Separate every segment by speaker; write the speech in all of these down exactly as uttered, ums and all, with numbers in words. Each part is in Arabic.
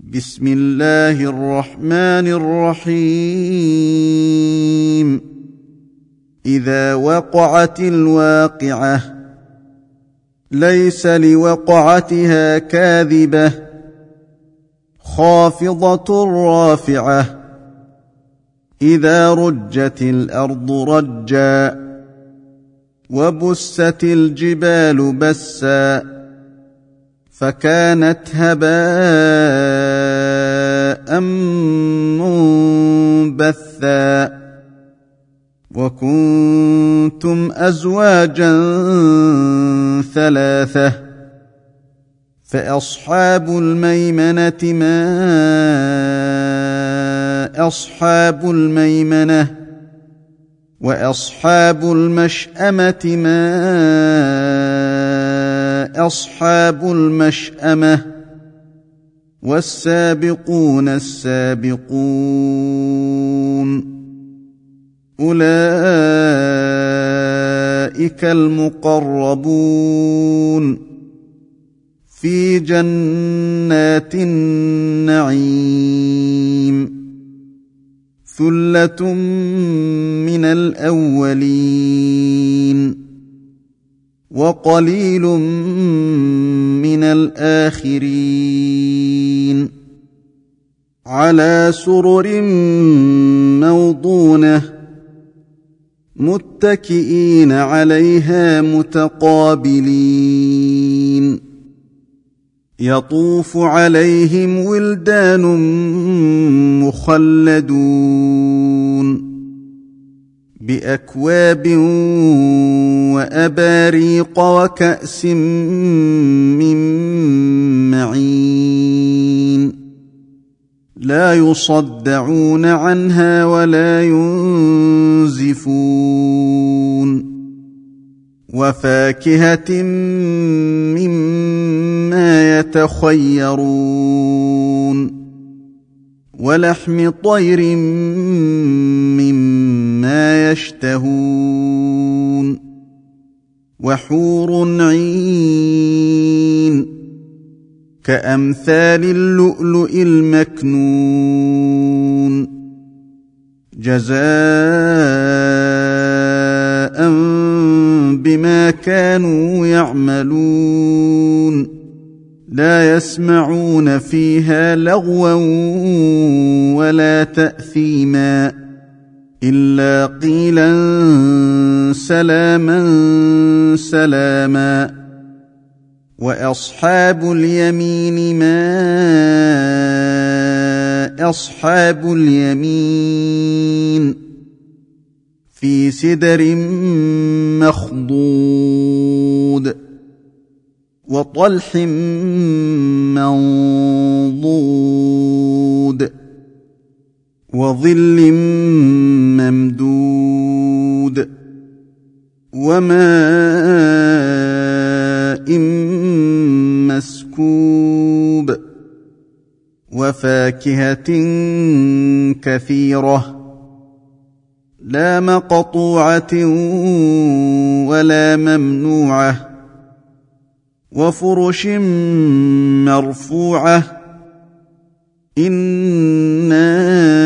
Speaker 1: بسم الله الرحمن الرحيم. إذا وقعت الواقعة ليس لوقعتها كاذبة خافضة رافعة إذا رجت الأرض رجا وبست الجبال بسا فكانت هباء منبثا وكنتم أزواجا ثلاثة فأصحاب الميمنة ما أصحاب الميمنة وأصحاب المشأمة ما أصحاب المشأمة والسابقون السابقون أولئك المقربون في جنات النعيم ثلة من الأولين وقليل من الآخرين على سرر موضونة متكئين عليها متقابلين يطوف عليهم ولدان مخلدون بأكواب وأباريق وكأس من معين لا يصدعون عنها ولا ينزفون وفاكهة مما يتخيرون ولحم طير مما يشتهون وحور عين كأمثال اللؤلؤ المكنون جزاء بما كانوا يعملون لا يسمعون فيها لغوا ولا تأثيما إلا قيلا سلاما سلاما وأصحاب اليمين ما أصحاب اليمين في سدر مخضود وطلح منضود وظل ممدود وماء مسكوب وفاكهة كثيرة لا مقطوعة ولا ممنوعة وفرش مرفوعة إنا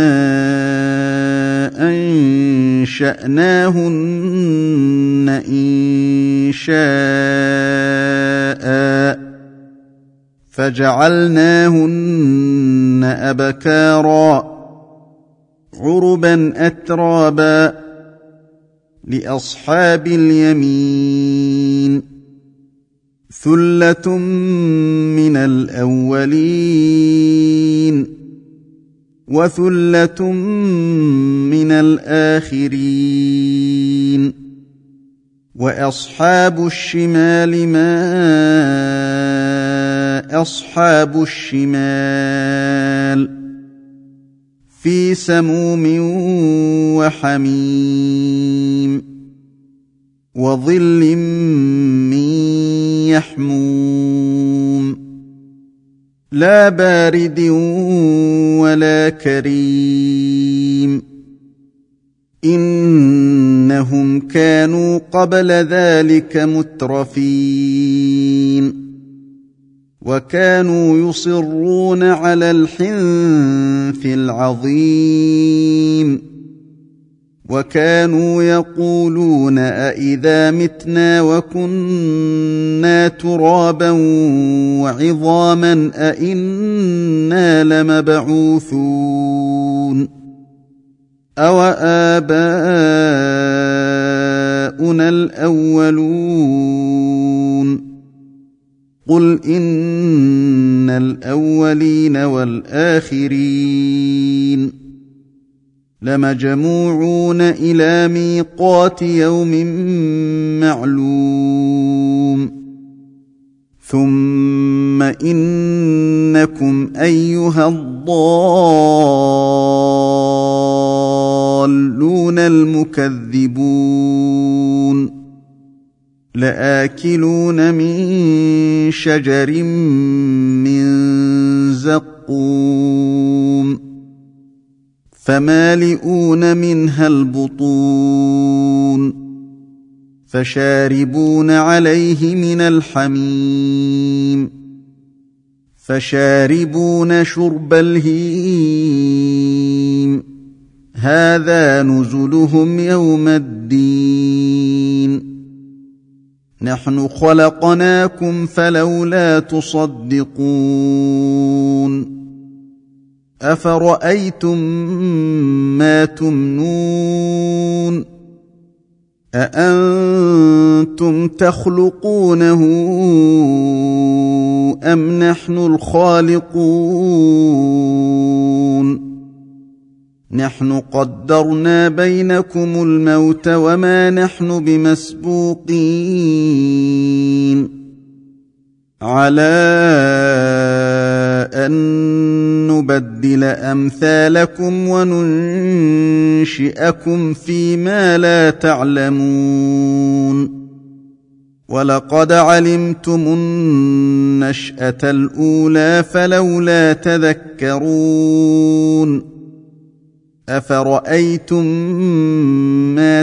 Speaker 1: أنشأناهن إنشاء فجعلناهن أبكارا عربا أترابا لأصحاب اليمين ثلة من الأولين وثلة من الآخرين وأصحاب الشمال ما أصحاب الشمال في سموم وحميم وظل من يحموم لا بارد ولا كريم إنهم كانوا قبل ذلك مترفين وكانوا يصرون على الحنث العظيم وكانوا يقولون أإذا متنا وكنا ترابا وعظاما أإنا لمبعوثون أوآباؤنا الأولون قل إن الأولين والآخرين لمجموعون إلى ميقات يوم معلوم ثم إنكم أيها الضالون المكذبون لآكلون من شجر من زقوم فمالئون منها البطون فشاربون عليه من الحميم فشاربون شرب الهيم هذا نزلهم يوم الدين نحن خلقناكم فلولا تصدقون أفرأيتم ما تمنون أأنتم تخلقونه أم نحن الخالقون نحن قدرنا بينكم الموت وما نحن بمسبوقين على أن نبدل أمثالكم وننشئكم فيما لا تعلمون ولقد علمتم النشأة الأولى فلولا تذكرون أفرأيتم ما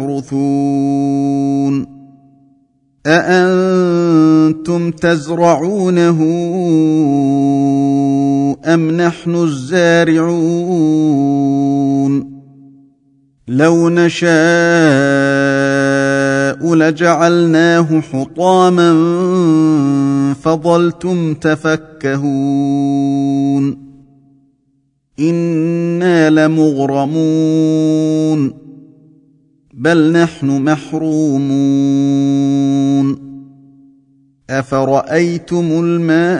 Speaker 1: تحرثون أأنتم تزرعونه أم نحن الزارعون لو نشاء لجعلناه حطاما فظلتم تفكهون إنا لمغرمون بل نحن محرومون أفرأيتم الماء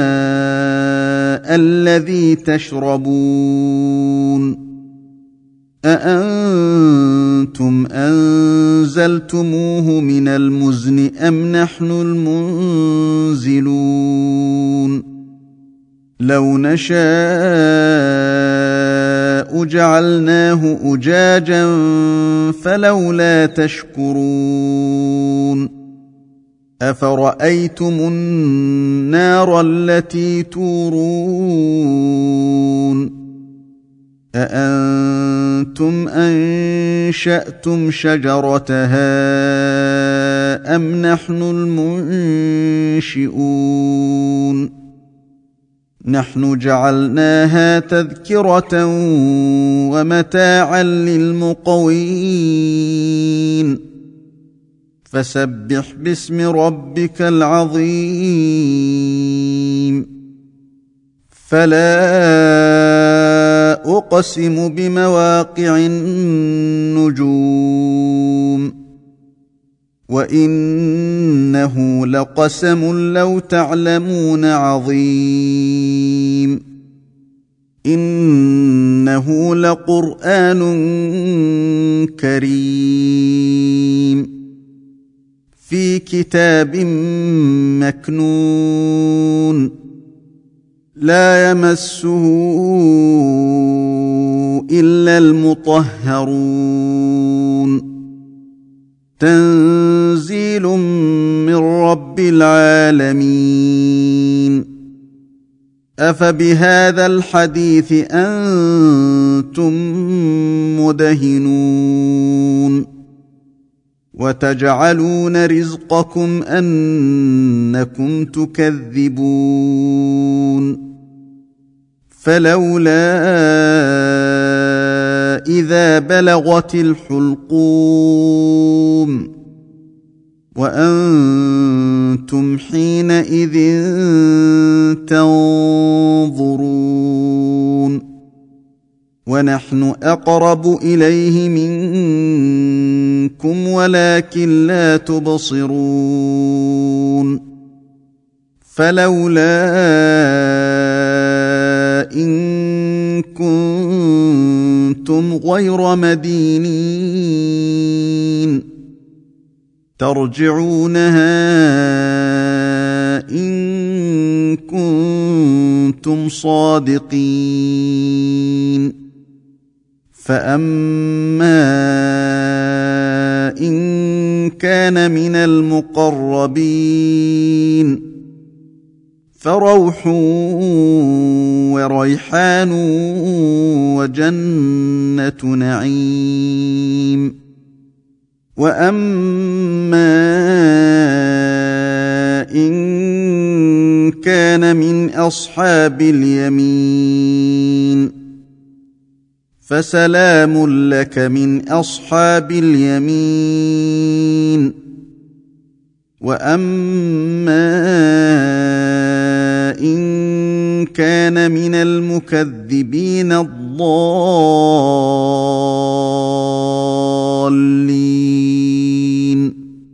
Speaker 1: الذي تشربون أأنتم أنزلتموه من المزن أم نحن المنزلون لو نشاء جعلناه أجاجا فلولا تشكرون أفرأيتم النار التي تورون أأنتم أنشأتم شجرتها أم نحن المنشئون نحن جعلناها تذكرة ومتاعا للمقوين فسبح باسم ربك العظيم فلا أقسم بمواقع النجوم وإنه لقسم لو تعلمون عظيم إنه لقرآن كريم في كتاب مكنون لا يمسه إلا المطهرون تنزيل من رب العالمين أفبهذا الحديث أنتم مدهنون وتجعلون رزقكم أنكم تكذبون فلولا إذا بلغت الحلقوم وأنتم حينئذ تنظرون ونحن أقرب إليه منكم ولكن لا تبصرون فلولا إن كنتم غير مدينين ترجعونها إن كنتم صادقين فأما إن كان من المقربين فروح وريحان وجنة نعيم وأما إن كان من أصحاب اليمين فسلام لك من أصحاب اليمين وأما إن كان من المكذبين الضالين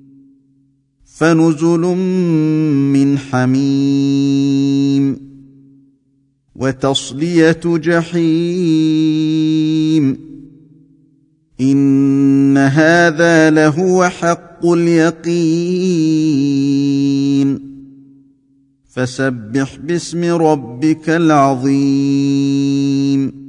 Speaker 1: فنزل من حميم وتصلية جحيم إن هذا لهو حق اليقين فسبح باسم ربك العظيم